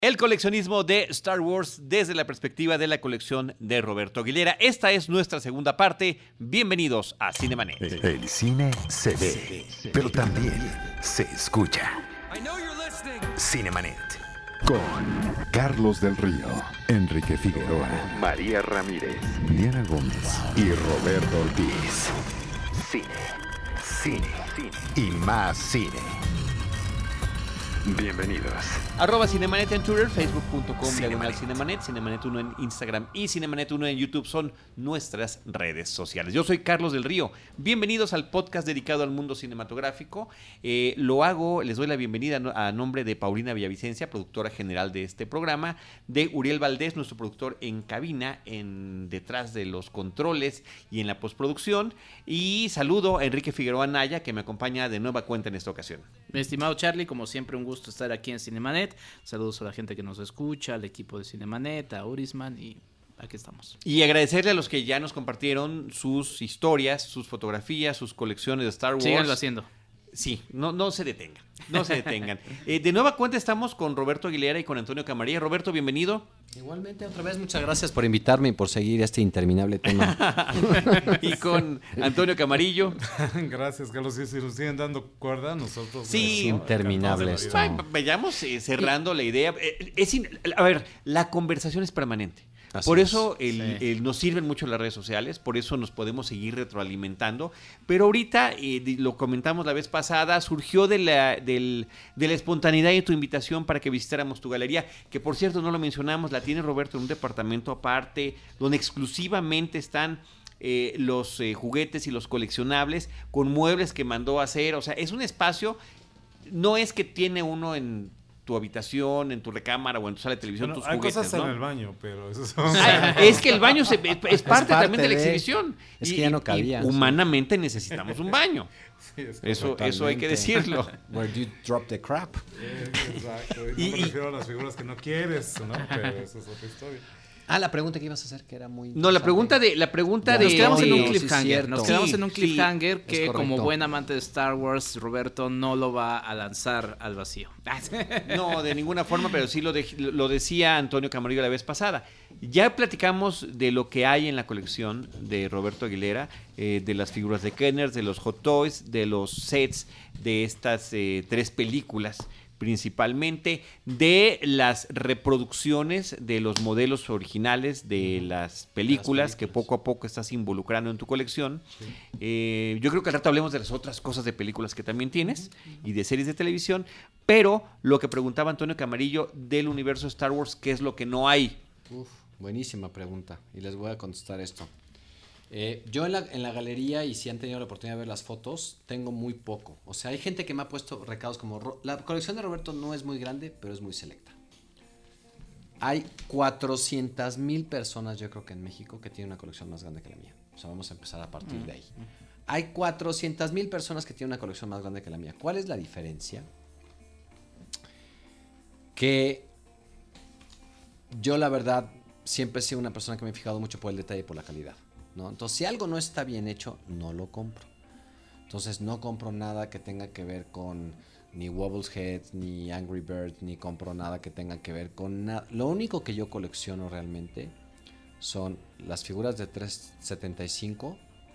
El coleccionismo de Star Wars desde la perspectiva de la colección de Roberto Aguilera. Esta es nuestra segunda parte. Bienvenidos a Cinemanet. El cine se ve, pero también se escucha. Cinemanet. Con Carlos del Río, Enrique Figueroa, María Ramírez, Diana Gómez y Roberto Ortiz. Cine y más cine. Bienvenidos. @Cinemanet en Twitter, facebook.com/Cinemanet, Cinemanet1 en Instagram y Cinemanet1 en YouTube son nuestras redes sociales. Yo soy Carlos del Río. Bienvenidos al podcast dedicado al mundo cinematográfico. Les doy la bienvenida a nombre de Paulina Villavicencia, productora general de este programa, de Uriel Valdés, nuestro productor en cabina, detrás de los controles y en la postproducción. Y saludo a Enrique Figueroa Naya, que me acompaña de nueva cuenta en esta ocasión. Mi estimado Charlie, como siempre, un gusto estar aquí en Cinemanet. Saludos a la gente que nos escucha, al equipo de Cinemanet, a Urisman, y aquí estamos. Y agradecerle a los que ya nos compartieron sus historias, sus fotografías, sus colecciones de Star Wars. Síganlo haciendo. Sí, no se detengan, no se detengan. De nueva cuenta estamos con Roberto Aguilera y con Antonio Camarilla. Roberto, bienvenido. Igualmente, otra vez, muchas gracias por invitarme y por seguir este interminable tema. Y con Antonio Camarillo. Gracias, Carlos. Si nos siguen dando cuerda, nosotros... Sí, es interminable esto. Vayamos cerrando la idea. A ver, la conversación es permanente. Así por es. eso nos sirven mucho las redes sociales, por eso nos podemos seguir retroalimentando. Pero ahorita, lo comentamos la vez pasada, surgió de la espontaneidad de tu invitación para que visitáramos tu galería, que por cierto no lo mencionamos, la tiene Roberto en un departamento aparte, donde exclusivamente están los juguetes y los coleccionables, con muebles que mandó a hacer. O sea, es un espacio, no es que tiene uno en tu habitación, en tu recámara o en tu sala de televisión, tus hay juguetes, cosas ¿no? en el baño, pero eso son... Es que el baño es parte también de la exhibición. Es que ya no cabía. Y humanamente necesitamos un baño. Sí, es Eso hay que decirlo. Where do you drop the crap? Exacto. Y no me refiero a las figuras que no quieres, ¿no? Pero eso es otra historia. La pregunta que ibas a hacer, que era muy... No, la pregunta de Nos quedamos en un cliffhanger. Nos quedamos Sí, en un cliffhanger que, es como correcto. buen amante de Star Wars, Roberto no lo va a lanzar al vacío. No, de ninguna forma, pero sí lo decía Antonio Camarillo la vez pasada. Ya platicamos de lo que hay en la colección de Roberto Aguilera, de las figuras de Kenner, de los Hot Toys, de los sets de estas 3 películas, principalmente de las reproducciones de los modelos originales de las películas que poco a poco estás involucrando en tu colección. Sí. Yo creo que al rato hablemos de las otras cosas de películas que también tienes y de series de televisión, pero lo que preguntaba Antonio Camarillo del universo Star Wars, ¿qué es lo que no hay? Buenísima pregunta, y les voy a contestar esto. Yo en la galería, y si han tenido la oportunidad de ver las fotos, tengo muy poco. O sea, hay gente que me ha puesto recados como... La colección de Roberto no es muy grande, pero es muy selecta. Hay 400,000 personas, yo creo que en México, que tienen una colección más grande que la mía. O sea, vamos a empezar a partir de ahí. Hay 400,000 personas que tienen una colección más grande que la mía. ¿Cuál es la diferencia? Que yo, la verdad, siempre he sido una persona que me he fijado mucho por el detalle y por la calidad, ¿no? Entonces, si algo no está bien hecho, no lo compro. Entonces, no compro nada que tenga que ver con ni Wobbles Head, ni Angry Bird, ni compro nada que tenga que ver con nada. Lo único que yo colecciono realmente son las figuras de 375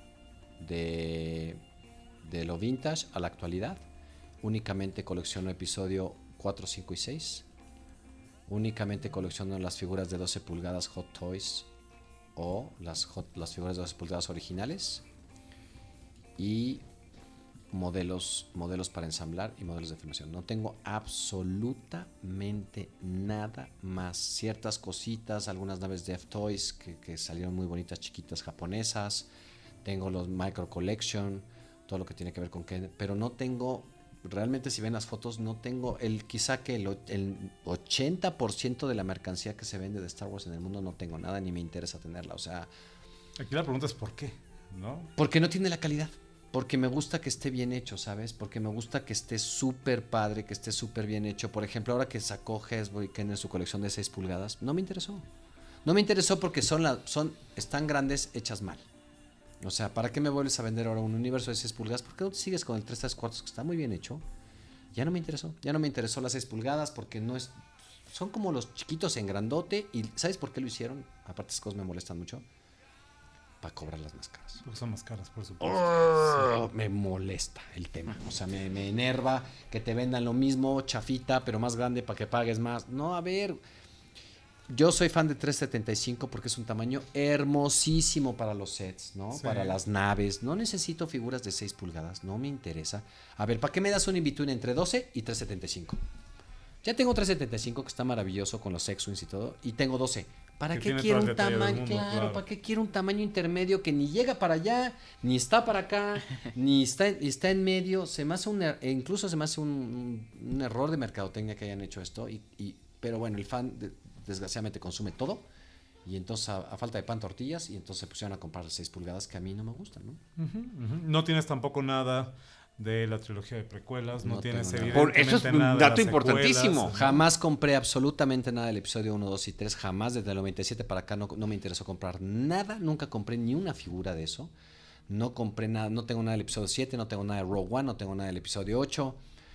de lo vintage a la actualidad. Únicamente colecciono episodio 4, 5 y 6. Únicamente colecciono las figuras de 12 pulgadas Hot Toys o las figuras de 12 pulgadas originales, y modelos para ensamblar y modelos de filmación. No tengo absolutamente nada más. Ciertas cositas, algunas naves de F-Toys que salieron muy bonitas, chiquitas, japonesas. Tengo los Micro Collection, todo lo que tiene que ver con Ken, pero no tengo... Realmente, si ven las fotos, no tengo quizá que el 80% de la mercancía que se vende de Star Wars en el mundo no tengo nada, ni me interesa tenerla. O sea, Aquí la pregunta es ¿por qué? ¿No? porque no tiene la calidad. Porque me gusta que esté bien hecho, ¿sabes? Porque me gusta que esté súper padre, que esté súper bien hecho. Por ejemplo, ahora que sacó Hasbro en su colección de 6 pulgadas, no me interesó. No me interesó porque están grandes hechas mal. O sea, ¿para qué me vuelves a vender ahora un universo de 6 pulgadas? ¿Por qué no sigues con el 3/4 que está muy bien hecho? Ya no me interesó las 6 pulgadas porque no es... Son como los chiquitos en grandote. ¿Y sabes por qué lo hicieron? Aparte, esas cosas me molestan mucho. Para cobrar las más caras. Porque son más caras, por supuesto. Me molesta el tema. O sea, me enerva que te vendan lo mismo, chafita, pero más grande para que pagues más. No, a ver. Yo soy fan de 375 porque es un tamaño hermosísimo para los sets, ¿no? Sí. Para las naves. No necesito figuras de 6 pulgadas, no me interesa. A ver, ¿para qué me das un in-between entre 12 y 375? Ya tengo 375 que está maravilloso con los X-Wings y todo, y tengo 12. ¿Para Que qué tiene quiero todo un el detalle del tamaño? mundo, claro. ¿Para qué quiero un tamaño intermedio que ni llega para allá, ni está para acá, ni está en medio? Se me hace incluso se me hace un error de mercadotecnia que hayan hecho esto, pero bueno, el fan desgraciadamente consume todo, y entonces a falta de pan, tortillas, y entonces se pusieron a comprar 6 pulgadas que a mí no me gustan, ¿no? No tienes tampoco nada de la trilogía de precuelas, no No tienes tengo nada. evidentemente Eso es un nada de dato las importantísimo. secuelas, Jamás compré absolutamente nada del episodio 1, 2 y 3, jamás desde el 97 para acá no me interesó comprar nada, nunca compré ni una figura de eso, no compré nada, no tengo nada del episodio 7, no tengo nada de Rogue One, no tengo nada del episodio 8,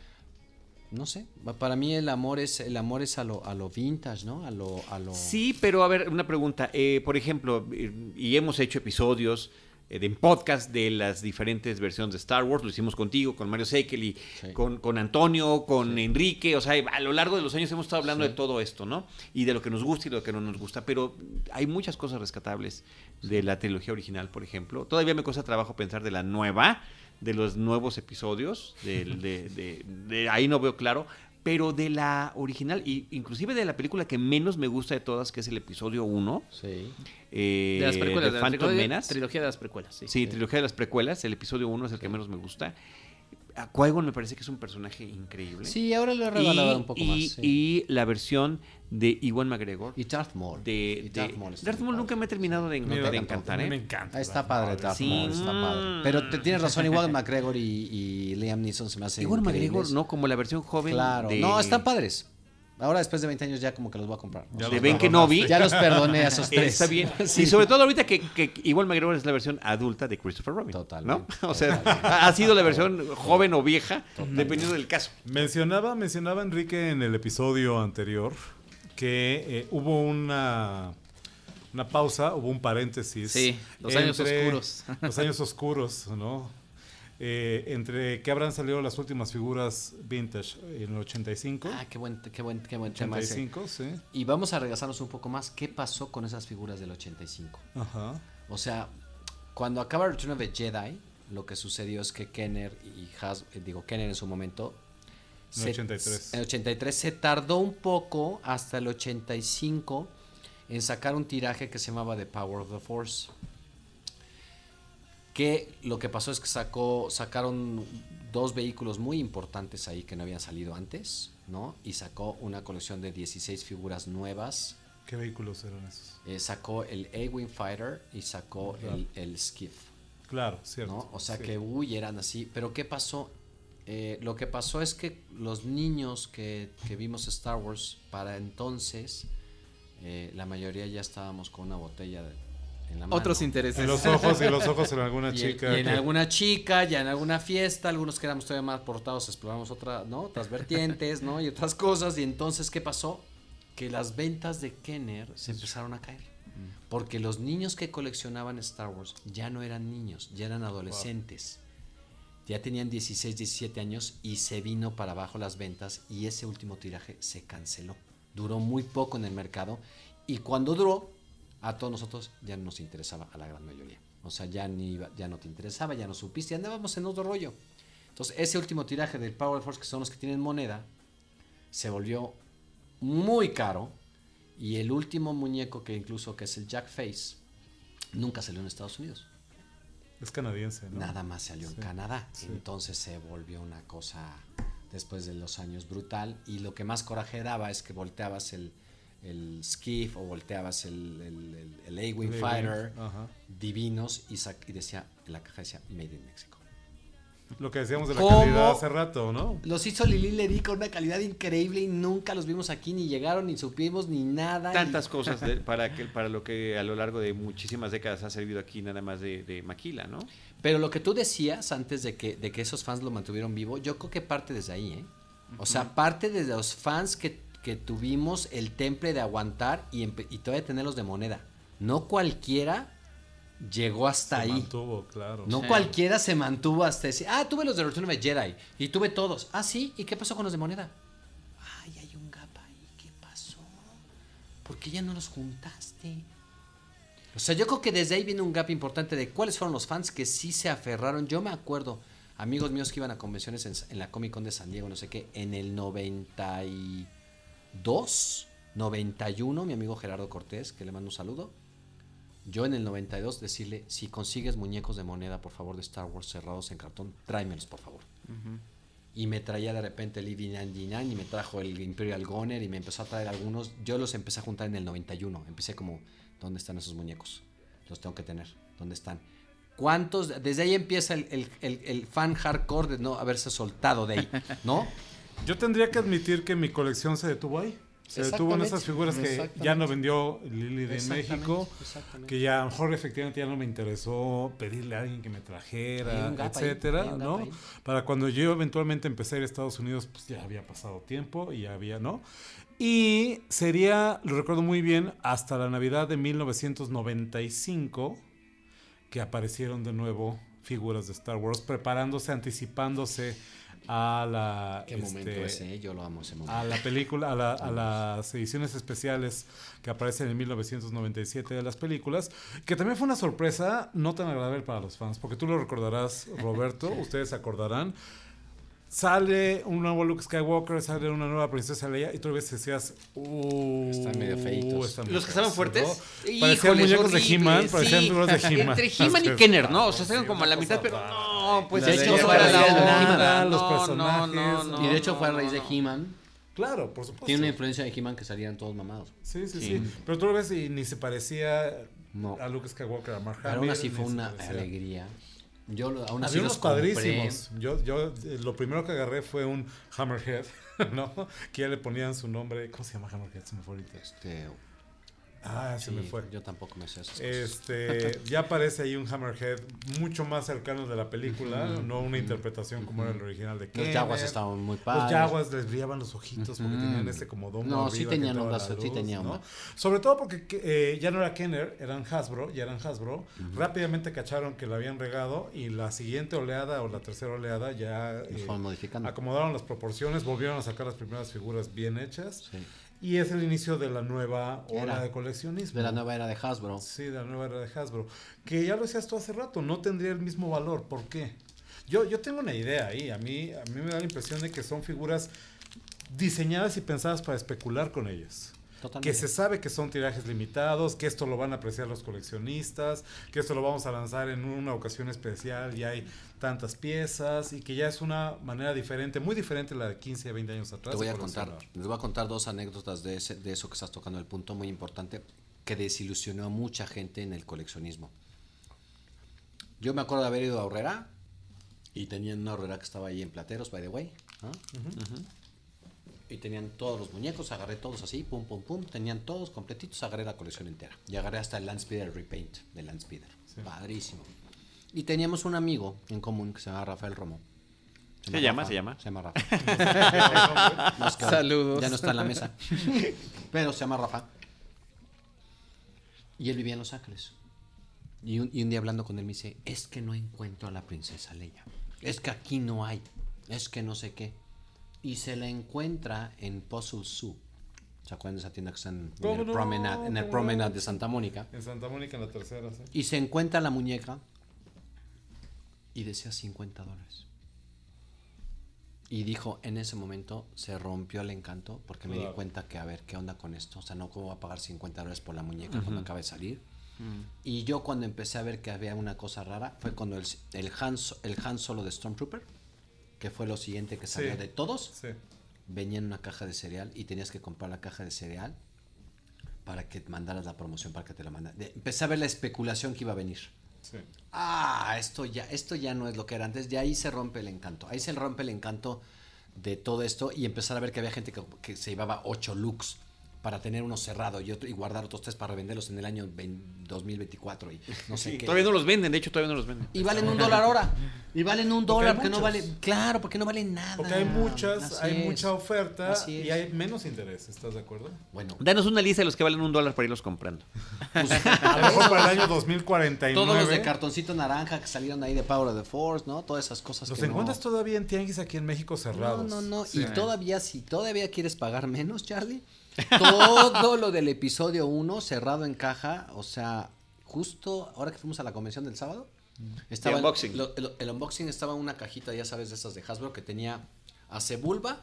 no sé, para mí el amor es a lo vintage, ¿no? A lo Sí, pero a ver, una pregunta. Por ejemplo, y hemos hecho episodios en podcast de las diferentes versiones de Star Wars. Lo hicimos contigo, con Mario Sekel y Sí. con Antonio, con Enrique. O sea, a lo largo de los años hemos estado hablando Sí. de todo esto, ¿no? Y de lo que nos gusta y de lo que no nos gusta. Pero hay muchas cosas rescatables de la trilogía original, por ejemplo. Todavía me cuesta trabajo pensar de la nueva, de los nuevos episodios. De ahí no veo claro. Pero de la original, y inclusive de la película que menos me gusta de todas, que es el episodio 1. Sí. De las precuelas, de Phantom Menace. trilogía de las precuelas, sí. Sí, trilogía de las precuelas. El episodio 1 es el que menos me gusta. A Qui-Gon me parece que es un personaje increíble. Sí, ahora lo he revalorado un poco más. Sí. Y la versión de Ewan McGregor. Y Darth Maul. De Darth Maul está Darth muy Maul padre. nunca me he terminado de encantar, A mí me ¿eh? encanta. Ah, está Darth padre, Maul. Darth Sí. Maul, está padre. Pero tienes razón, igual McGregor y Liam Neeson se me hacen Ewan McGregor, increíbles. no, como la versión joven. Claro. de- No, están padres. Ahora, después de 20 años, ya como que los voy a comprar. Ya de los Ben Kenobi. Ya los perdoné a esos tres. Está bien. Sí. Y sobre todo ahorita que Ewan McGregor es la versión adulta de Christopher Robin. Totalmente, ¿no? O sea, totalmente. ha sido la versión joven o vieja, dependiendo del caso. Mencionaba Enrique en el episodio anterior que hubo una pausa, hubo un paréntesis. Sí, los años entre oscuros. Los años oscuros, ¿no? Entre que habrán salido las últimas figuras vintage en el 85. Ah, qué buen tema ese. 85, sí. Y vamos a regresarnos un poco más. ¿Qué pasó con esas figuras del 85? Ajá. O sea, cuando acaba Return of the Jedi, lo que sucedió es que Kenner y Kenner en su momento... En el 83. En el 83 se tardó un poco hasta el 85 en sacar un tiraje que se llamaba The Power of the Force. Que lo que pasó es que sacaron 2 vehículos muy importantes ahí que no habían salido antes, ¿no? Y sacó una colección de 16 figuras nuevas. ¿Qué vehículos eran esos? Sacó el A-Wing Fighter y sacó Claro. el Skiff, Claro, cierto. ¿no? O sea Sí. que, eran así. Pero ¿qué pasó? Lo que pasó es que los niños que vimos Star Wars para entonces, la mayoría ya estábamos con una botella en la mano. Otros intereses. En los ojos en alguna Y chica. en alguna chica, ya en alguna fiesta, algunos que éramos todavía más portados, exploramos otras vertientes, ¿no? Y otras cosas. Y entonces, ¿qué pasó? Que las ventas de Kenner se empezaron a caer. Porque los niños que coleccionaban Star Wars ya no eran niños, ya eran adolescentes. Ya tenían 16, 17 años y se vino para abajo las ventas y ese último tiraje se canceló. Duró muy poco en el mercado y cuando duró, a todos nosotros ya no nos interesaba, a la gran mayoría. O sea, ya no te interesaba, ya no supiste, andábamos en otro rollo. Entonces, ese último tiraje del Power Force, que son los que tienen moneda, se volvió muy caro y el último muñeco que es el Jack Face, nunca salió en Estados Unidos. Es canadiense, ¿no? Nada más salió en Sí, Canadá. sí. Entonces se volvió una cosa después de los años brutal. Y lo que más coraje daba es que volteabas el Skiff o volteabas el A-Wing Fighter, Ajá. divinos, y decía, en la caja decía Made in Mexico. Lo que decíamos de la ¿Cómo? calidad hace rato, ¿no? Los hizo Lili Ledy con una calidad increíble y nunca los vimos aquí, ni llegaron, ni supimos, ni nada. Tantas cosas para lo que a lo largo de muchísimas décadas ha servido aquí nada más de maquila, ¿no? Pero lo que tú decías antes de que esos fans lo mantuvieron vivo, yo creo que parte desde ahí, ¿eh? O sea, parte de los fans que que tuvimos el temple de aguantar y todavía tenerlos de moneda. No cualquiera llegó hasta ahí. Se mantuvo, claro. No cualquiera se mantuvo hasta ese. Tuve los de Return of the Jedi y tuve todos. Sí, ¿y qué pasó con los de moneda? Ay, hay un gap ahí. ¿Qué pasó? ¿Por qué ya no los juntaste? O sea, yo creo que desde ahí viene un gap importante de cuáles fueron los fans que sí se aferraron. Yo me acuerdo, amigos míos que iban a convenciones en la Comic Con de San Diego, no sé qué, en el 92, 91, mi amigo Gerardo Cortés, que le mando un saludo. Yo en el 92 decirle, si consigues muñecos de moneda, por favor, de Star Wars cerrados en cartón, tráemelos, por favor. Y me traía de repente el EV-99 y me trajo el Imperial Gunner y me empezó a traer algunos. Yo los empecé a juntar en el 91. Empecé como, ¿dónde están esos muñecos? Los tengo que tener. ¿Dónde están? ¿Cuántos? Desde ahí empieza el fan hardcore de no haberse soltado de ahí, ¿no? Yo tendría que admitir que mi colección se detuvo ahí. Se detuvo en esas figuras que ya no vendió Lili en México, que ya a lo mejor efectivamente ya no me interesó pedirle a alguien que me trajera, etcétera, ¿no? Para cuando yo eventualmente empecé a ir a Estados Unidos, pues ya había pasado tiempo y ya había, ¿no? Y sería, lo recuerdo muy bien, hasta la Navidad de 1995 que aparecieron de nuevo figuras de Star Wars, preparándose, anticipándose a la qué momento ese, yo lo amo ese momento. A la película, a las ediciones especiales que aparecen en 1997 de las películas, que también fue una sorpresa no tan agradable para los fans, porque tú lo recordarás, Roberto, ustedes se acordarán. Sale un nuevo Luke Skywalker, sale una nueva princesa Leia y tú ves decías, están medio feitos. Los que estaban fuertes, ¿no? Parecían muñecos de He-Man, parecían figuras de He-Man. Entre He-Man y Kenner, ¿no? O sea, estaban como a la mitad, pero no, pues de hecho fue nada, los personajes. Y de hecho fue a raíz de He-Man. Claro, por supuesto. Tiene una influencia de He-Man que salían todos mamados. Sí. Pero tú lo ves y ni se parecía a Luke Skywalker, a Mark Hamill. Pero aún así fue una alegría. Yo aún así había unos padrísimos. Yo lo primero que agarré fue un Hammerhead, ¿no? Que ya le ponían su nombre. ¿Cómo se llama Hammerhead? Se me fue ahorita. Se me fue. Yo tampoco me sé esas cosas. Ya aparece ahí un Hammerhead mucho más cercano de la película, no una interpretación como era el original de Kenner. Los Jaguars estaban muy padres. Los Jaguars les brillaban los ojitos porque tenían como domo. No, arriba, sí tenían ondas, sí tenían, ¿no? Sobre todo porque ya no era Kenner, eran Hasbro. Rápidamente cacharon que la habían regado y la siguiente oleada o la tercera oleada ya fueron modificando. Acomodaron las proporciones, volvieron a sacar las primeras figuras bien hechas. Sí. Y es el inicio de la nueva ola de coleccionismo. De la nueva era de Hasbro. Sí, de la nueva era de Hasbro. Que ya lo decías tú hace rato, no tendría el mismo valor. ¿Por qué? Yo tengo una idea ahí. A mí me da la impresión de que son figuras diseñadas y pensadas para especular con ellas. Totalmente. Que se sabe que son tirajes limitados, que esto lo van a apreciar los coleccionistas, que esto lo vamos a lanzar en una ocasión especial y hay tantas piezas y que ya es una manera diferente, muy diferente a la de 15 a 20 años atrás. Les voy a contar dos anécdotas de eso que estás tocando, el punto muy importante que desilusionó a mucha gente en el coleccionismo. Yo me acuerdo de haber ido a Aurrera y tenían una Aurrera que estaba ahí en Plateros, by the way, ¿no? Y tenían todos los muñecos, agarré todos así, pum, tenían todos completitos, agarré la colección entera. Y agarré hasta el Landspeeder Repaint de Landspeeder. Sí. Padrísimo. Y teníamos un amigo en común que se llama Rafael Romo. Se llama Rafa. Saludos. Ya no está en la mesa. Pero se llama Rafa. Y él vivía en Los Ángeles. Y un día hablando con él me dice, es que no encuentro a la princesa Leia. Es que aquí no hay. Es que no sé qué. Y se la encuentra en Puzzle Zoo. ¿Se acuerdan de esa tienda que está en el Promenade de Santa Mónica? En Santa Mónica, en la tercera, sí. Y se encuentra la muñeca y decía $50. Y dijo, en ese momento se rompió el encanto porque me di cuenta que, a ver, ¿qué onda con esto? O sea, no, ¿cómo va a pagar $50 por la muñeca cuando acaba de salir? Y yo cuando empecé a ver que había una cosa rara fue cuando el Han Solo de Stormtrooper, que fue lo siguiente que salió de todos, venía en una caja de cereal y tenías que comprar la caja de cereal para que mandaras la promoción, para que te la mandaran. Empecé a ver la especulación que iba a venir. Sí. Esto ya no es lo que era antes. De ahí se rompe el encanto. Ahí se rompe el encanto de todo esto y empezar a ver que había gente que se llevaba 8 looks para tener uno cerrado y guardar otros 3 para revenderlos en el año 2024 y no sé qué. Todavía no los venden, de hecho todavía no los venden. Y valen $1 ahora. Y valen $1 porque no vale, claro, porque no valen nada. Porque hay mucha oferta y hay menos interés, ¿estás de acuerdo? Bueno. Danos una lista de los que valen $1 para irlos comprando. Pues, a lo mejor para el año 2049. Todos los de cartoncito naranja que salieron ahí de Power of the Force, ¿no? Todas esas cosas los que encuentras todavía en tianguis aquí en México cerrados. No. Sí. Y todavía, si todavía quieres pagar menos, Charlie, todo lo del episodio 1 cerrado en caja, o sea, justo ahora que fuimos a la convención del sábado, estaba el unboxing. El unboxing estaba en una cajita, ya sabes, de esas de Hasbro, que tenía a Sebulba,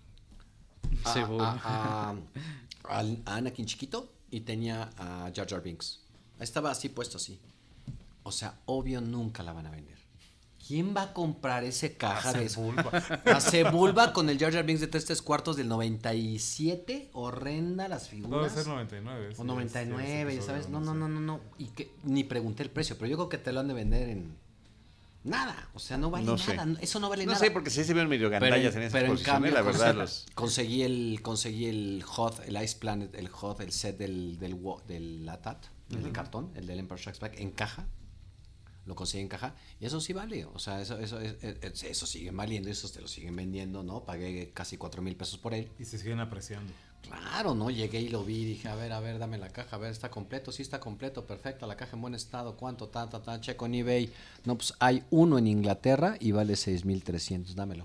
a Anakin chiquito, y tenía a Jar Jar Binks. Estaba así puesto así. O sea, obvio nunca la van a vender. ¿Quién va a comprar ese caja de Sebulba? A Sebulba con el Jar Jar Binks de 3/4 del 97. Horrenda las figuras. No, debe ser 99. O 99, ya sabes. No. Y que ni pregunté el precio, pero yo creo que te lo han de vender en nada. O sea, no vale nada. Eso no vale nada. No sé, porque sí se ven medio gandallas en esa posición. Cambio, la verdad, conseguí el HOT, el Ice Planet, el HOT, el set del AT-AT, el de cartón, el del Empire Strikes Back, en caja. Lo conseguí en caja y eso sí vale, o sea, eso sigue valiendo, eso te lo siguen vendiendo, ¿no? Pagué casi 4,000 pesos por él. Y se siguen apreciando. Claro, ¿no? Llegué y lo vi y dije, a ver, dame la caja, a ver, ¿está completo? Sí, está completo, perfecto, la caja en buen estado, ¿cuánto? Checo en eBay. No, pues hay uno en Inglaterra y vale 6,300, dámelo.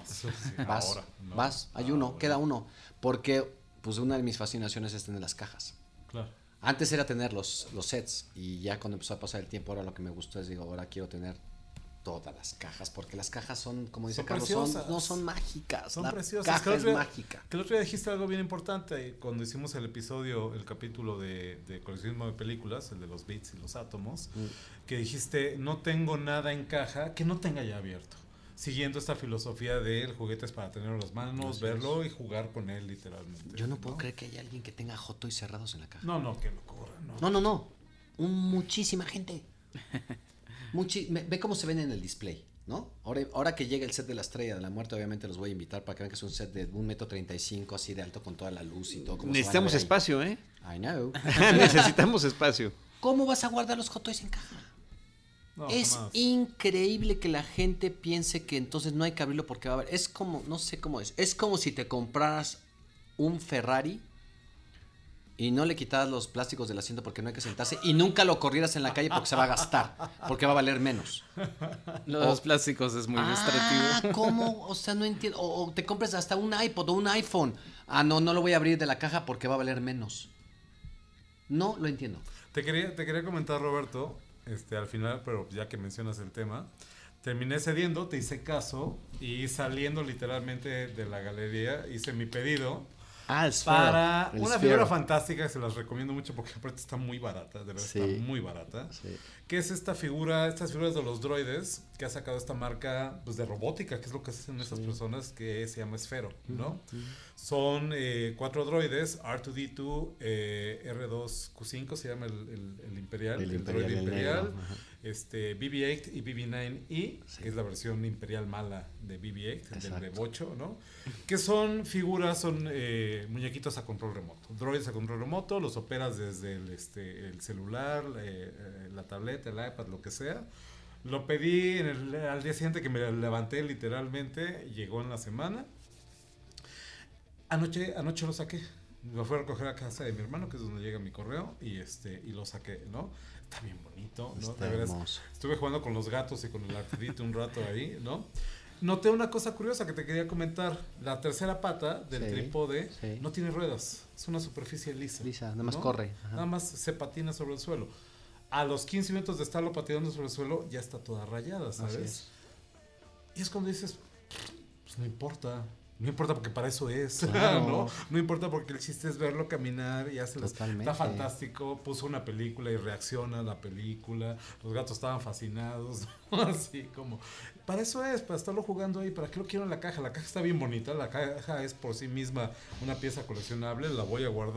Vas, hay uno, queda uno, porque pues una de mis fascinaciones es tener las cajas. Claro. Antes era tener los sets y ya cuando empezó a pasar el tiempo ahora lo que me gustó es, digo, ahora quiero tener todas las cajas porque las cajas son, como dice Carlos, son mágicas. Son preciosas. Caja es mágica. Que el otro día dijiste algo bien importante cuando hicimos el capítulo de coleccionismo de películas, el de los bits y los átomos, que dijiste, no tengo nada en caja que no tenga ya abierto. Siguiendo esta filosofía de el juguete es para tenerlo en las manos, verlo y jugar con él literalmente. Yo no puedo creer que haya alguien que tenga Hot Toys cerrados en la caja. No, que locura. No. Muchísima gente. Ve cómo se ven en el display, ¿no? Ahora que llega el set de la Estrella de la Muerte, obviamente los voy a invitar para que vean que es un set de 1,35 m así de alto con toda la luz y todo. Necesitamos espacio, ¿eh? I know. Necesitamos espacio. ¿Cómo vas a guardar los Hot Toys en caja? No, es jamás. Increíble que la gente piense que entonces no hay que abrirlo porque va a haber. Es como, no sé cómo es. Es como si te compraras un Ferrari y no le quitaras los plásticos del asiento porque no hay que sentarse y nunca lo corrieras en la calle porque se va a gastar, porque va a valer menos. Los plásticos es muy distractivo. ¿Cómo? O sea, no entiendo. O te compres hasta un iPod o un iPhone. No lo voy a abrir de la caja porque va a valer menos. No lo entiendo. Te quería comentar, Roberto. Al final, pero ya que mencionas el tema, terminé cediendo, te hice caso y saliendo literalmente de la galería hice mi pedido para una figura fantástica que se las recomiendo mucho porque aparte está muy barata, de verdad está muy barata, que es estas figuras de los droides que ha sacado esta marca pues de robótica, que es lo que hacen estas personas, que se llama Esfero, ¿no? Son 4 droides, R2-D2, R2-Q5 se llama el Imperial, el droide Imperial, BB-8 y BB-9E, que es la versión Imperial mala de BB-8, del de Bocho, ¿no? Que son figuras, muñequitos a control remoto, droides a control remoto, los operas desde el celular, la tableta, el iPad, lo que sea. Lo pedí al día siguiente que me levanté literalmente, llegó en la semana. Anoche lo saqué, lo fui a recoger a casa de mi hermano, que es donde llega mi correo, y lo saqué, ¿no? Está bien bonito, ¿no? Está hermoso. Estuve jugando con los gatos y con el artidito un rato ahí, ¿no? Noté una cosa curiosa que te quería comentar. La tercera pata del trípode no tiene ruedas, es una superficie lisa. Nada más corre. Ajá. Nada más se patina sobre el suelo. A los 15 minutos de estarlo patinando sobre el suelo, ya está toda rayada, ¿sabes? Y es cuando dices, pues no importa porque para eso es, claro. No importa porque el chiste es verlo caminar y hace está fantástico, puso una película y reacciona a la película, los gatos estaban fascinados, ¿no? Así como, para eso es, para estarlo jugando ahí, ¿para qué lo quiero en la caja? La caja está bien bonita, la caja es por sí misma una pieza coleccionable, la voy a guardar.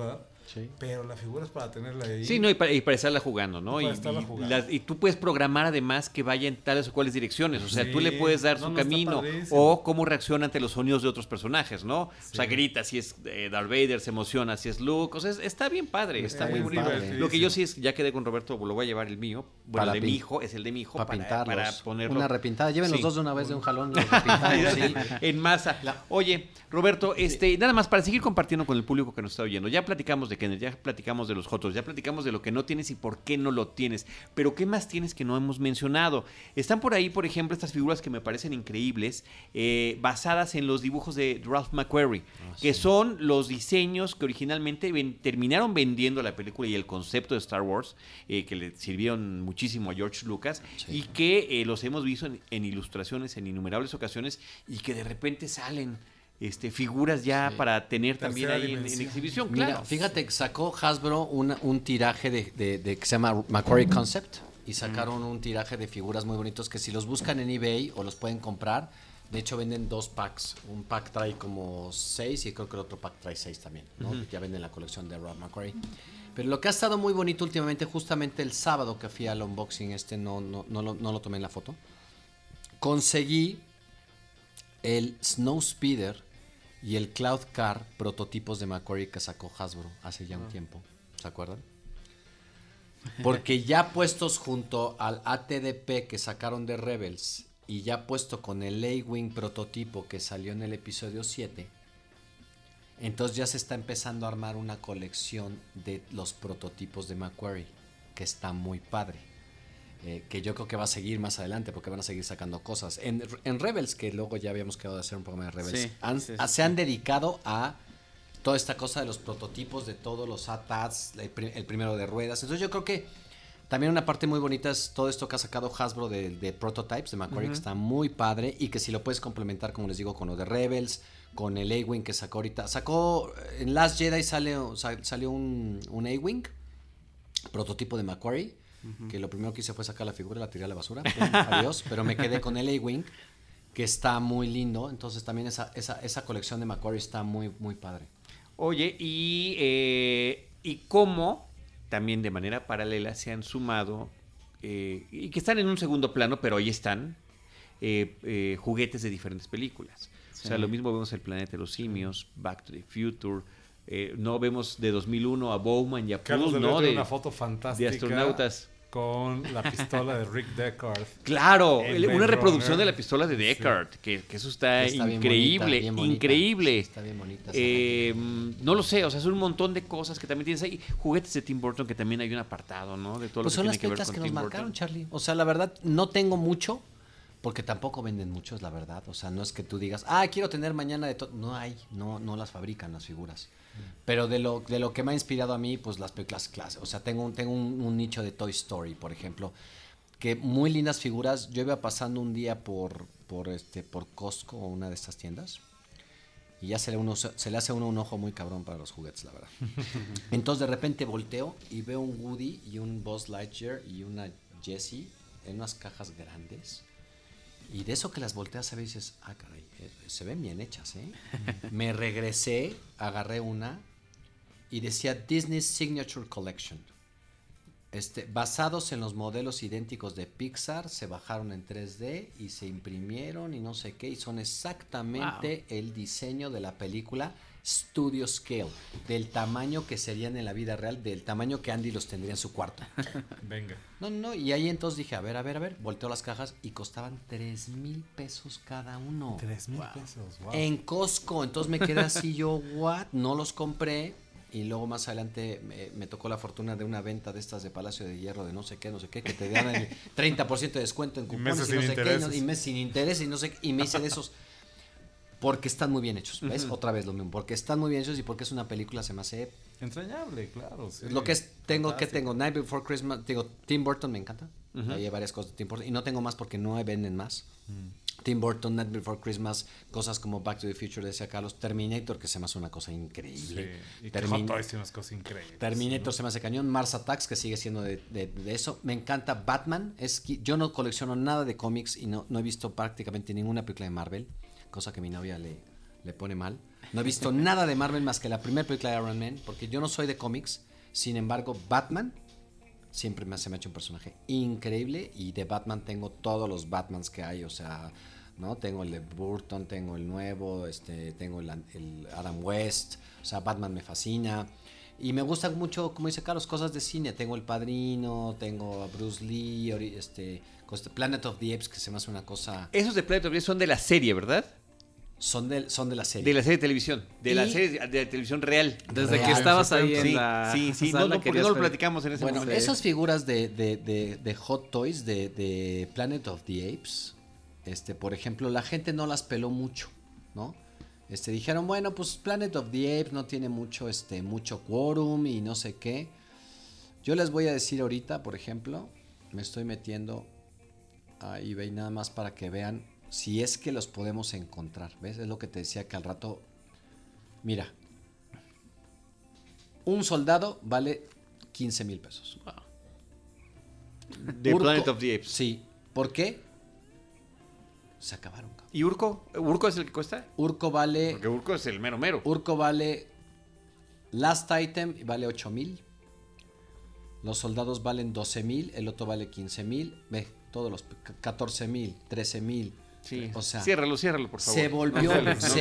pero la figura es para tenerla ahí. Sí, no, y para estarla jugando, ¿no? Y tú puedes programar además que vaya en tales o cuales direcciones. O sea, tú le puedes dar su camino o cómo reacciona ante los sonidos de otros personajes, ¿no? Sí. O sea, grita si es Darth Vader, se emociona si es Luke. O sea, está bien padre, está muy bonito. Lo que yo sí es, ya quedé con Roberto, lo voy a llevar el mío. Bueno, el de mi hijo, es el de mi hijo. Para ponerlo. Una repintada. Lleven los dos de una vez de un jalón. En masa. Oye, Roberto, nada más para seguir compartiendo con el público que nos está oyendo. Ya platicamos de Kenner, ya platicamos de los Jotos, ya platicamos de lo que no tienes y por qué no lo tienes. Pero ¿qué más tienes que no hemos mencionado? Están por ahí, por ejemplo, estas figuras que me parecen increíbles, basadas en los dibujos de Ralph McQuarrie, que son los diseños que originalmente terminaron vendiendo la película y el concepto de Star Wars, que le sirvieron muchísimo a George Lucas, y que los hemos visto en ilustraciones en innumerables ocasiones y que de repente salen figuras ya para tener también ahí en exhibición. Claro. Mira, fíjate que sacó Hasbro un tiraje de que se llama McQuarrie Concept y sacaron un tiraje de figuras muy bonitos que si los buscan en eBay o los pueden comprar, de hecho venden 2 packs. Un pack trae como 6 y creo que el otro pack trae 6 también, ¿no? Ya venden la colección de Ralph McQuarrie. Pero lo que ha estado muy bonito últimamente, justamente el sábado que fui al unboxing no lo tomé en la foto, conseguí el Snow Speeder y el Cloud Car prototipos de McQuarrie que sacó Hasbro hace ya un tiempo. ¿Se acuerdan? Porque ya puestos junto al ATDP que sacaron de Rebels y ya puesto con el A-Wing prototipo que salió en el episodio 7, entonces ya se está empezando a armar una colección de los prototipos de McQuarrie, que está muy padre. Que yo creo que va a seguir más adelante porque van a seguir sacando cosas. En Rebels, que luego ya habíamos quedado de hacer un programa de Rebels, se han dedicado a toda esta cosa de los prototipos de todos los AT-ATs, el primero de ruedas. Entonces yo creo que también una parte muy bonita es todo esto que ha sacado Hasbro de prototypes de McQuarrie, que está muy padre y que si lo puedes complementar, como les digo, con lo de Rebels, con el A-Wing que sacó ahorita. Sacó en Last Jedi salió un A-Wing, prototipo de McQuarrie, que lo primero que hice fue sacar la figura, la tiré a la basura, adiós, pero me quedé con el A-Wing, que está muy lindo. Entonces también esa colección de McQuarrie está muy, muy padre. Oye, y cómo también de manera paralela se han sumado, y que están en un segundo plano, pero ahí están, juguetes de diferentes películas. Sí. O sea, lo mismo vemos El Planeta de los Simios, Back to the Future, no vemos de 2001 a Bowman y a Carlos Poole, ¿no? De una foto fantástica de astronautas. Con la pistola de Rick Deckard. Claro, una reproducción de la pistola de Deckard, que eso está increíble, bien bonita, increíble. Está bien bonita. No lo sé, o sea, es un montón de cosas que también tienes ahí. Juguetes de Tim Burton, que también hay un apartado, ¿no? De todo pues lo que tiene que ver con Tim Burton. Son las fechas que nos marcaron, Charlie. O sea, la verdad, no tengo mucho, porque tampoco venden muchos, la verdad. O sea, no es que tú digas, quiero tener mañana de todo. No hay, no las fabrican las figuras. Pero de lo que me ha inspirado a mí, pues las películas clásicas. O sea, tengo un nicho de Toy Story, por ejemplo, que muy lindas figuras. Yo iba pasando un día por Costco o una de estas tiendas y ya se le hace a uno un ojo muy cabrón para los juguetes, la verdad. Entonces de repente volteo y veo un Woody y un Buzz Lightyear y una Jessie en unas cajas grandes. Y de eso que las volteas a ver y dices, caray, se ven bien hechas, ¿eh? Me regresé, agarré una y decía Disney Signature Collection. Basados en los modelos idénticos de Pixar, se bajaron en 3D y se imprimieron y no sé qué, y son exactamente el diseño de la película Studio Scale, del tamaño que serían en la vida real, del tamaño que Andy los tendría en su cuarto. Venga. No, y ahí entonces dije, a ver, volteo las cajas y costaban 3,000 pesos cada uno. 3,000 pesos, wow. En Costco, entonces me quedé así yo, what, no los compré. Y luego más adelante me tocó la fortuna de una venta de estas de Palacio de Hierro, de no sé qué, que te dan el 30% de descuento en cupones y no sé qué, y meses sin interés y no sé qué, y me hice de esos. Porque están muy bien hechos, ¿ves? Otra vez lo mismo, porque están muy bien hechos y porque es una película, se me hace entrañable, claro. Sí. Lo que es, tengo Night Before Christmas, Tim Burton me encanta, hay varias cosas de Tim Burton, y no tengo más porque no venden más. Tim Burton, Night Before Christmas, cosas como Back to the Future, decía Carlos, Terminator, que se me hace una cosa increíble. Sí, y Hot Toys tiene unas cosas increíbles. Terminator, ¿no? Se me hace cañón. Mars Attacks, que sigue siendo de eso. Me encanta Batman. Yo no colecciono nada de cómics y no he visto prácticamente ninguna película de Marvel, cosa que mi novia le pone mal. No he visto nada de Marvel más que la primera película de Iron Man, porque yo no soy de cómics. Sin embargo, Batman siempre se me ha hecho un personaje increíble, y de Batman tengo todos los Batmans que hay, o sea, ¿no? Tengo el de Burton, tengo el nuevo, tengo el Adam West, o sea, Batman me fascina. Y me gustan mucho, como dice Carlos, cosas de cine. Tengo El Padrino, tengo a Bruce Lee, Planet of the Apes, que se me hace una cosa... Esos de Planet of the Apes son de la serie, ¿verdad? Son de la serie. De la serie de televisión. De la serie de televisión real. Desde Real. que estabas ahí en Sí, la sí. sala, No, porque no lo platicamos en ese Bueno, momento. esas figuras de Hot Toys, de Planet of the Apes, por ejemplo, la gente no las peló mucho, ¿no? Dijeron, bueno, pues Planet of the Apes no tiene mucho quórum y no sé qué. Yo les voy a decir ahorita, por ejemplo, me estoy metiendo a eBay nada más para que vean si es que los podemos encontrar. ¿Ves? Es lo que te decía, que al rato... Mira, un soldado vale 15,000 pesos. De Planet of the Apes. Sí. ¿Por qué? Se acabaron, cabrón. ¿Y Urco? ¿Urco es el que cuesta? Urco vale... Porque Urco es el mero mero. Urco vale... Last Item vale 8,000. Los soldados valen 12,000. El otro vale 15,000. Ve, todos los 14,000, 13,000. Sí. O sea, ciérralo, por favor. Se volvió,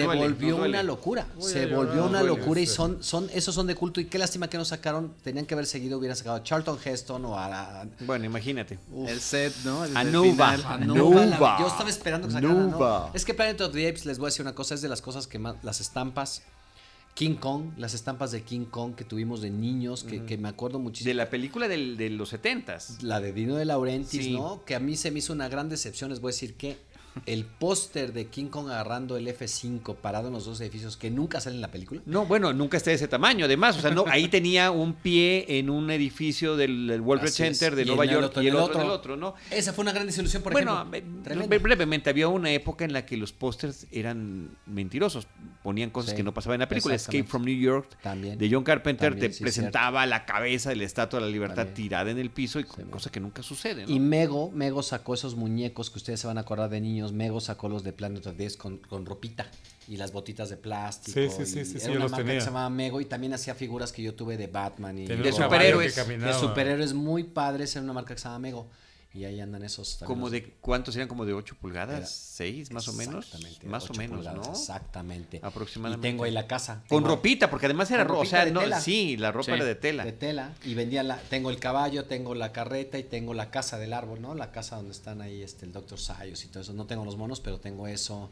una locura. Se volvió una locura y esos son de culto. Y qué lástima que no sacaron. Tenían que haber seguido, hubieran sacado a Charlton Heston o a... Bueno, imagínate. El set, ¿no? Anuba. Yo estaba esperando que sacaran. ¿No? Es que Planet of the Apes, les voy a decir una cosa, es de las cosas que más... Las estampas... King Kong, las estampas de King Kong que tuvimos de niños, que me acuerdo muchísimo. De la película de los 70s. La de Dino de Laurentiis, Sí. ¿no? Que a mí se me hizo una gran decepción. Les voy a decir que el póster de King Kong agarrando el F5 parado en los dos edificios, que nunca sale en la película. No, bueno, nunca está de ese tamaño, además. O sea, no, ahí tenía un pie en un edificio del World Trade Center de Nueva York y el otro en el otro, ¿no? Esa fue una gran desilusión, por Bueno, ejemplo. brevemente, había una época en la que los pósters eran mentirosos. Ponían cosas Sí, que no pasaban en la película. Escape exactamente. from New York También. de John Carpenter También, te sí, presentaba la cabeza de la Estatua de la Libertad También. tirada en el piso, y cosa que nunca sucede, ¿no? Y Mego sacó esos muñecos que ustedes se van a acordar de niños. Mego sacó los de Planet of the Apes con ropita y las botitas de plástico. Sí, Era yo una los marca tenía. que se llamaba Mego, y también hacía figuras que yo tuve de Batman y Tenía de un caballo superhéroes. que caminaba. de superhéroes muy padres. Era una marca que se llama Mego. Y ahí andan esos también. Como de, ¿cuántos eran? ¿Como de 8 pulgadas? Era- ¿6 más o menos? Exactamente, Más o 8 menos, pulgadas, ¿no? Exactamente. Aproximadamente. Y tengo ahí la casa. Con Tengo- ropita, porque además era con ropa. O sea, ropita de no, tela. sí, la ropa Sí. era de tela. De tela. Y vendía tengo el caballo, tengo la carreta y tengo la casa del árbol, ¿no? La casa donde están ahí el Dr. Sayos y todo eso. No tengo los monos, pero tengo eso.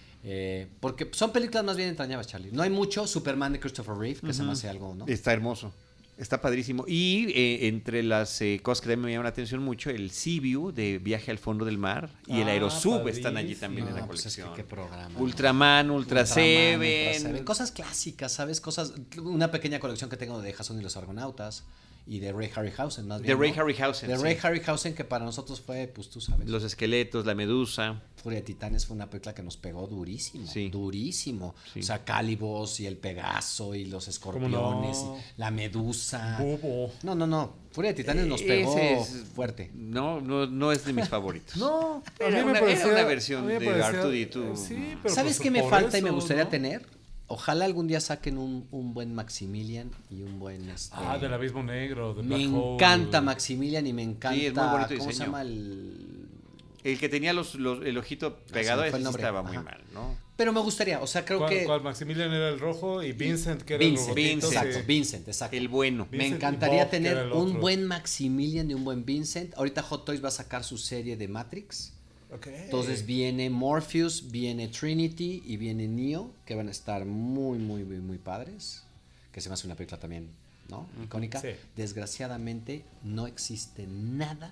Porque son películas más bien entrañables, Charlie. No hay mucho. Superman de Christopher Reeve, que se me hace algo, ¿no? Está hermoso. Está padrísimo. Y entre las cosas que también me llaman la atención mucho, el Sea-View de Viaje al Fondo del Mar y el Aerosub están allí también en la pues es que colección. qué programa. Ultraman, Ultra Ultra Seven. Seven. Cosas clásicas, ¿sabes? Una pequeña colección que tengo de Jason y los Argonautas y de Ray Harryhausen, más De bien. Ray ¿no? Harryhausen. De sí. Ray Harryhausen, que para nosotros fue, pues tú sabes. Los esqueletos, la medusa. Furia de Titanes fue una película que nos pegó durísimo. Sí. Durísimo. Sí. O sea, Calibos y el Pegaso y los escorpiones, no? y la medusa. Bobo. No. Furia de Titanes nos pegó Ese es- fuerte. No es de mis favoritos. No, Era una versión de R2D2. Sí, pero ¿Sabes pues qué me por falta y eso, me gustaría ¿no? tener? Ojalá algún día saquen un buen Maximilian y un buen... Del Abismo Negro, de me Black Hole. encanta Maximilian y me encanta... Sí, es muy bonito ¿Cómo se diseño. llama el...? El que tenía el ojito pegado, me ese fue el sí nombre. estaba muy Ajá. mal, ¿no? Pero me gustaría, o sea, creo que... ¿Cuál? Maximilian era el rojo y Vincent, que era Vincent, el robotito. exacto, sí. Vincent, exacto. El bueno. Me Vincent y encantaría Bob, que tener era el un otro. buen Maximilian y un buen Vincent. Ahorita Hot Toys va a sacar su serie de Matrix. Ok. Entonces viene Morpheus, viene Trinity y viene Neo, que van a estar muy, muy, muy, muy padres. Que se me hace una película también, ¿no? Icónica. Sí. Desgraciadamente no existe nada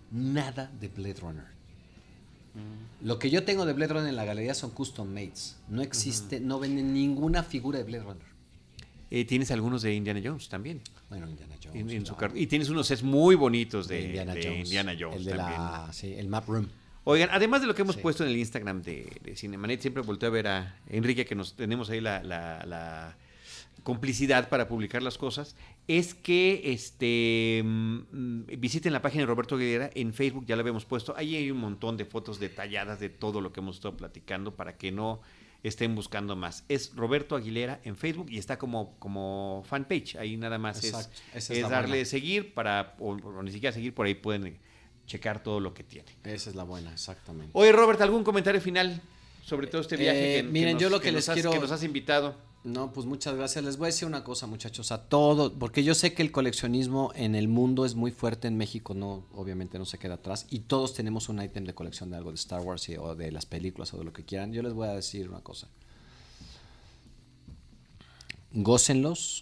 de Blade Runner. Lo que yo tengo de Blade Runner en la galería son custom mates. No existe, no venden ninguna figura de Blade Runner. Tienes algunos de Indiana Jones también. Bueno, Indiana Jones. En su claro. y tienes unos sets muy bonitos de Indiana Jones. El de también. sí, el Map Room. Oigan, además de lo que hemos Sí. puesto en el Instagram de Cinemanet, siempre volteo a ver a Enrique, que nos tenemos ahí la complicidad para publicar las cosas, es que visiten la página de Roberto Aguilera en Facebook, ya la habíamos puesto, ahí hay un montón de fotos detalladas de todo lo que hemos estado platicando para que no estén buscando más. Es Roberto Aguilera en Facebook y está como fanpage. Ahí nada más es darle seguir o ni siquiera seguir, por ahí pueden checar todo lo que tiene. Esa es la buena, exactamente. Oye, Robert, ¿algún comentario final sobre todo este viaje que nos has invitado? No, pues muchas gracias. Les voy a decir una cosa, muchachos, a todos, porque yo sé que el coleccionismo en el mundo es muy fuerte, en México no, obviamente no se queda atrás, y todos tenemos un ítem de colección de algo de Star Wars o de las películas o de lo que quieran. Yo les voy a decir una cosa. Gócenlos,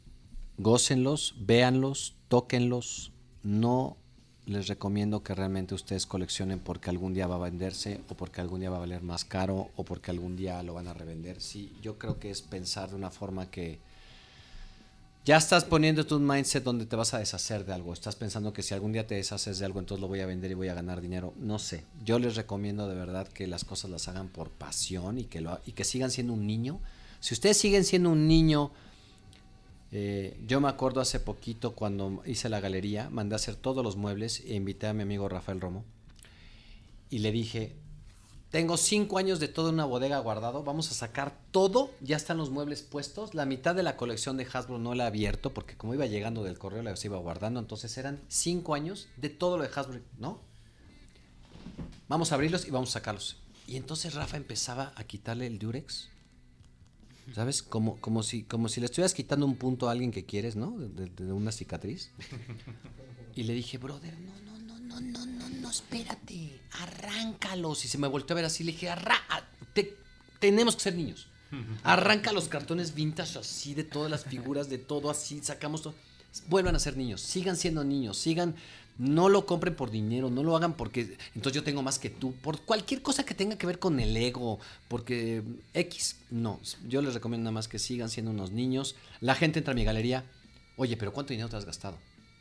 véanlos, tóquenlos. No les recomiendo que realmente ustedes coleccionen porque algún día va a venderse o porque algún día va a valer más caro o porque algún día lo van a revender. Sí, yo creo que es pensar de una forma que ya estás poniendo tu mindset donde te vas a deshacer de algo. Estás pensando que si algún día te deshaces de algo, entonces lo voy a vender y voy a ganar dinero. No sé. Yo les recomiendo de verdad que las cosas las hagan por pasión y que sigan siendo un niño. Si ustedes siguen siendo un niño... yo me acuerdo hace poquito cuando hice la galería, mandé a hacer todos los muebles e invité a mi amigo Rafael Romo y le dije, tengo 5 años de toda una bodega guardado, vamos a sacar todo, ya están los muebles puestos, la mitad de la colección de Hasbro no la he abierto porque como iba llegando del correo la iba guardando, entonces eran 5 años de todo lo de Hasbro, ¿no? Vamos a abrirlos y vamos a sacarlos. Y entonces Rafa empezaba a quitarle el Durex, ¿sabes? Como si le estuvieras quitando un punto a alguien que quieres, ¿no? De una cicatriz. Y le dije, brother, no, espérate, arráncalos. Y se me volteó a ver así, le dije, tenemos que ser niños. Arranca los cartones vintage así, de todas las figuras, de todo así, sacamos todo. Vuelvan a ser niños, sigan siendo niños, no lo compren por dinero, no lo hagan porque entonces yo tengo más que tú, por cualquier cosa que tenga que ver con el ego, porque no, yo les recomiendo nada más que sigan siendo unos niños. La gente entra a mi galería, oye, pero ¿cuánto dinero te has gastado?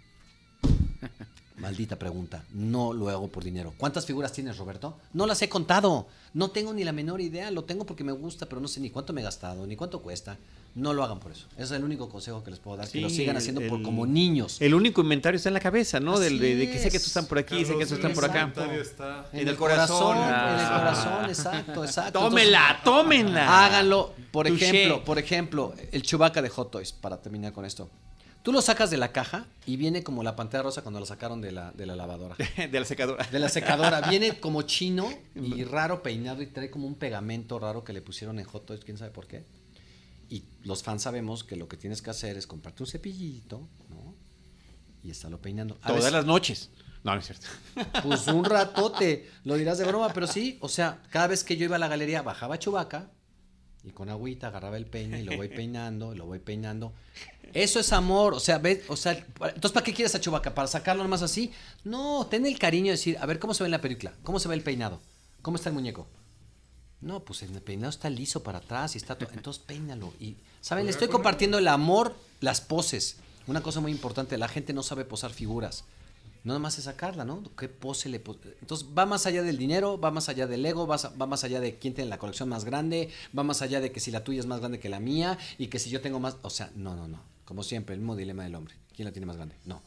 Maldita pregunta, no lo hago por dinero. ¿Cuántas figuras tienes, Roberto? No las he contado, no tengo ni la menor idea, lo tengo porque me gusta, pero no sé ni cuánto me he gastado, ni cuánto cuesta. No lo hagan por eso. Ese es el único consejo que les puedo dar, que lo sigan haciendo como niños. El único inventario está en la cabeza, ¿no? De que sé que estos están por aquí, Carlos, sé que estos están por acá. Está en el corazón. En el corazón, exacto. ¡Tómenla! Háganlo. Por ejemplo, el Chewbacca de Hot Toys, para terminar con esto. Tú lo sacas de la caja y viene como la Pantera Rosa cuando lo sacaron de la lavadora. De la secadora. De la secadora. Viene como chino y raro peinado y trae como un pegamento raro que le pusieron en Hot Toys, quién sabe por qué. Y los fans sabemos que lo que tienes que hacer es comprarte un cepillito, ¿no? Y estarlo peinando. Todas las noches. No es cierto. Pues un ratote. Lo dirás de broma, pero sí. O sea, cada vez que yo iba a la galería, bajaba Chewbacca y con agüita agarraba el peine y lo voy peinando. Eso es amor. O sea, ¿ves? O sea, entonces, ¿para qué quieres a Chewbacca? ¿Para sacarlo nomás así? No, ten el cariño de decir, a ver, ¿cómo se ve en la película? ¿Cómo se ve el peinado? ¿Cómo está el muñeco? No, pues el peinado está liso para atrás y está todo. Entonces peínalo. Y, ¿saben? Le estoy compartiendo el amor, las poses. Una cosa muy importante, la gente no sabe posar figuras. No nomás es sacarla, ¿no? ¿Qué pose le Entonces va más allá del dinero, va más allá del ego, va más allá de quién tiene la colección más grande, va más allá de que si la tuya es más grande que la mía y que si yo tengo más... O sea, no. Como siempre, el mismo dilema del hombre. ¿Quién la tiene más grande? No.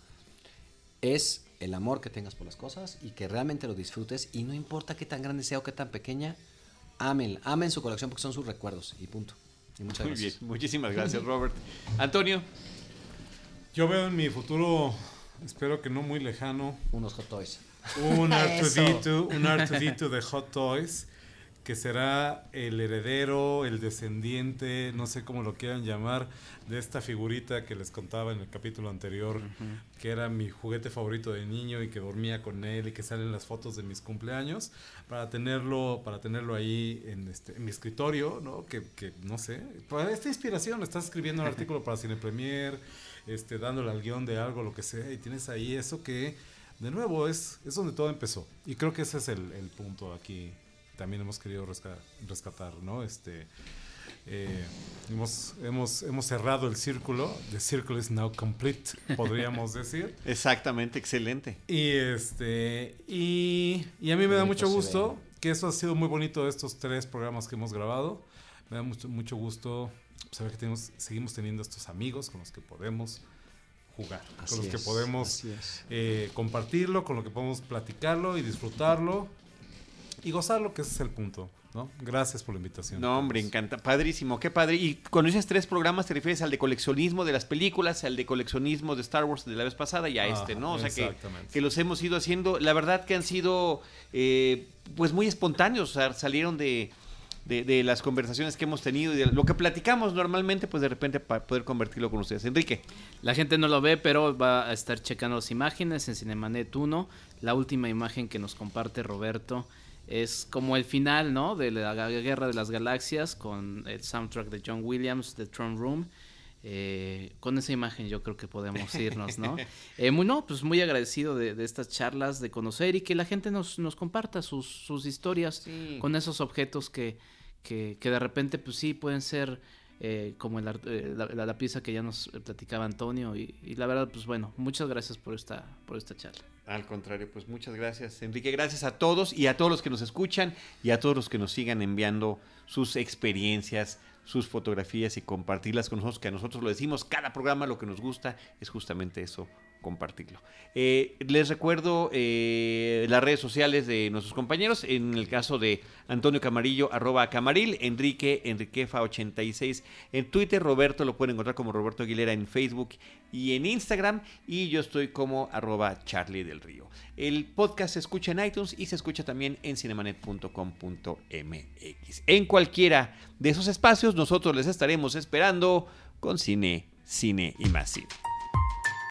Es el amor que tengas por las cosas y que realmente lo disfrutes y no importa qué tan grande sea o qué tan pequeña, amen su colección porque son sus recuerdos y punto. Y muchas gracias. Muy bien, muchísimas gracias, Robert. Antonio. Yo veo en mi futuro, espero que no muy lejano, unos Hot Toys. Un R2D2 de Hot Toys, que será el heredero, el descendiente, no sé cómo lo quieran llamar, de esta figurita que les contaba en el capítulo anterior, que era mi juguete favorito de niño y que dormía con él y que salen las fotos de mis cumpleaños, para tenerlo ahí en mi escritorio, ¿no? Que no sé, para esta inspiración, estás escribiendo un artículo para Cine Premier, dándole al guión de algo, lo que sea, y tienes ahí eso que, de nuevo, es donde todo empezó. Y creo que ese es el punto aquí. También hemos querido rescatar, ¿no? Hemos cerrado el círculo. The circle is now complete, podríamos decir. Exactamente, excelente. Y a mí me da mucho gusto que eso ha sido muy bonito de estos 3 programas que hemos grabado. Me da mucho gusto saber que seguimos teniendo estos amigos con los que podemos jugar, con los que podemos compartirlo, con los que podemos platicarlo y disfrutarlo. y gozarlo, que ese es el punto, ¿no? Gracias por la invitación. No, hombre, encanta, padrísimo, qué padre. Y cuando dices 3 programas, te refieres al de coleccionismo de las películas, al de coleccionismo de Star Wars de la vez pasada y a ¿no? O sea que los hemos ido haciendo, la verdad que han sido pues muy espontáneos, o sea, salieron de las conversaciones que hemos tenido y de lo que platicamos normalmente, pues de repente para poder convertirlo con ustedes. Enrique. La gente no lo ve, pero va a estar checando las imágenes en Cinemanet 1. La última imagen que nos comparte Roberto es como el final, ¿no? De la Guerra de las Galaxias con el soundtrack de John Williams, The Throne Room. Con esa imagen yo creo que podemos irnos, ¿no? Pues muy agradecido de estas charlas, de conocer y que la gente nos comparta sus historias con esos objetos que de repente pues sí pueden ser como la pieza que ya nos platicaba Antonio y la verdad pues bueno, muchas gracias por esta charla. Al contrario, pues muchas gracias, Enrique. Gracias a todos y a todos los que nos escuchan y a todos los que nos sigan enviando sus experiencias, sus fotografías y compartirlas con nosotros, que a nosotros lo decimos, cada programa lo que nos gusta es justamente eso, compartirlo. Les recuerdo las redes sociales de nuestros compañeros, en el caso de Antonio Camarillo, @Camaril, Enriquefa86 en Twitter, Roberto lo pueden encontrar como Roberto Aguilera en Facebook y en Instagram, y yo estoy como @Charlie del Río. El podcast se escucha en iTunes y se escucha también en cinemanet.com.mx. En cualquiera de esos espacios nosotros les estaremos esperando con cine y más cine.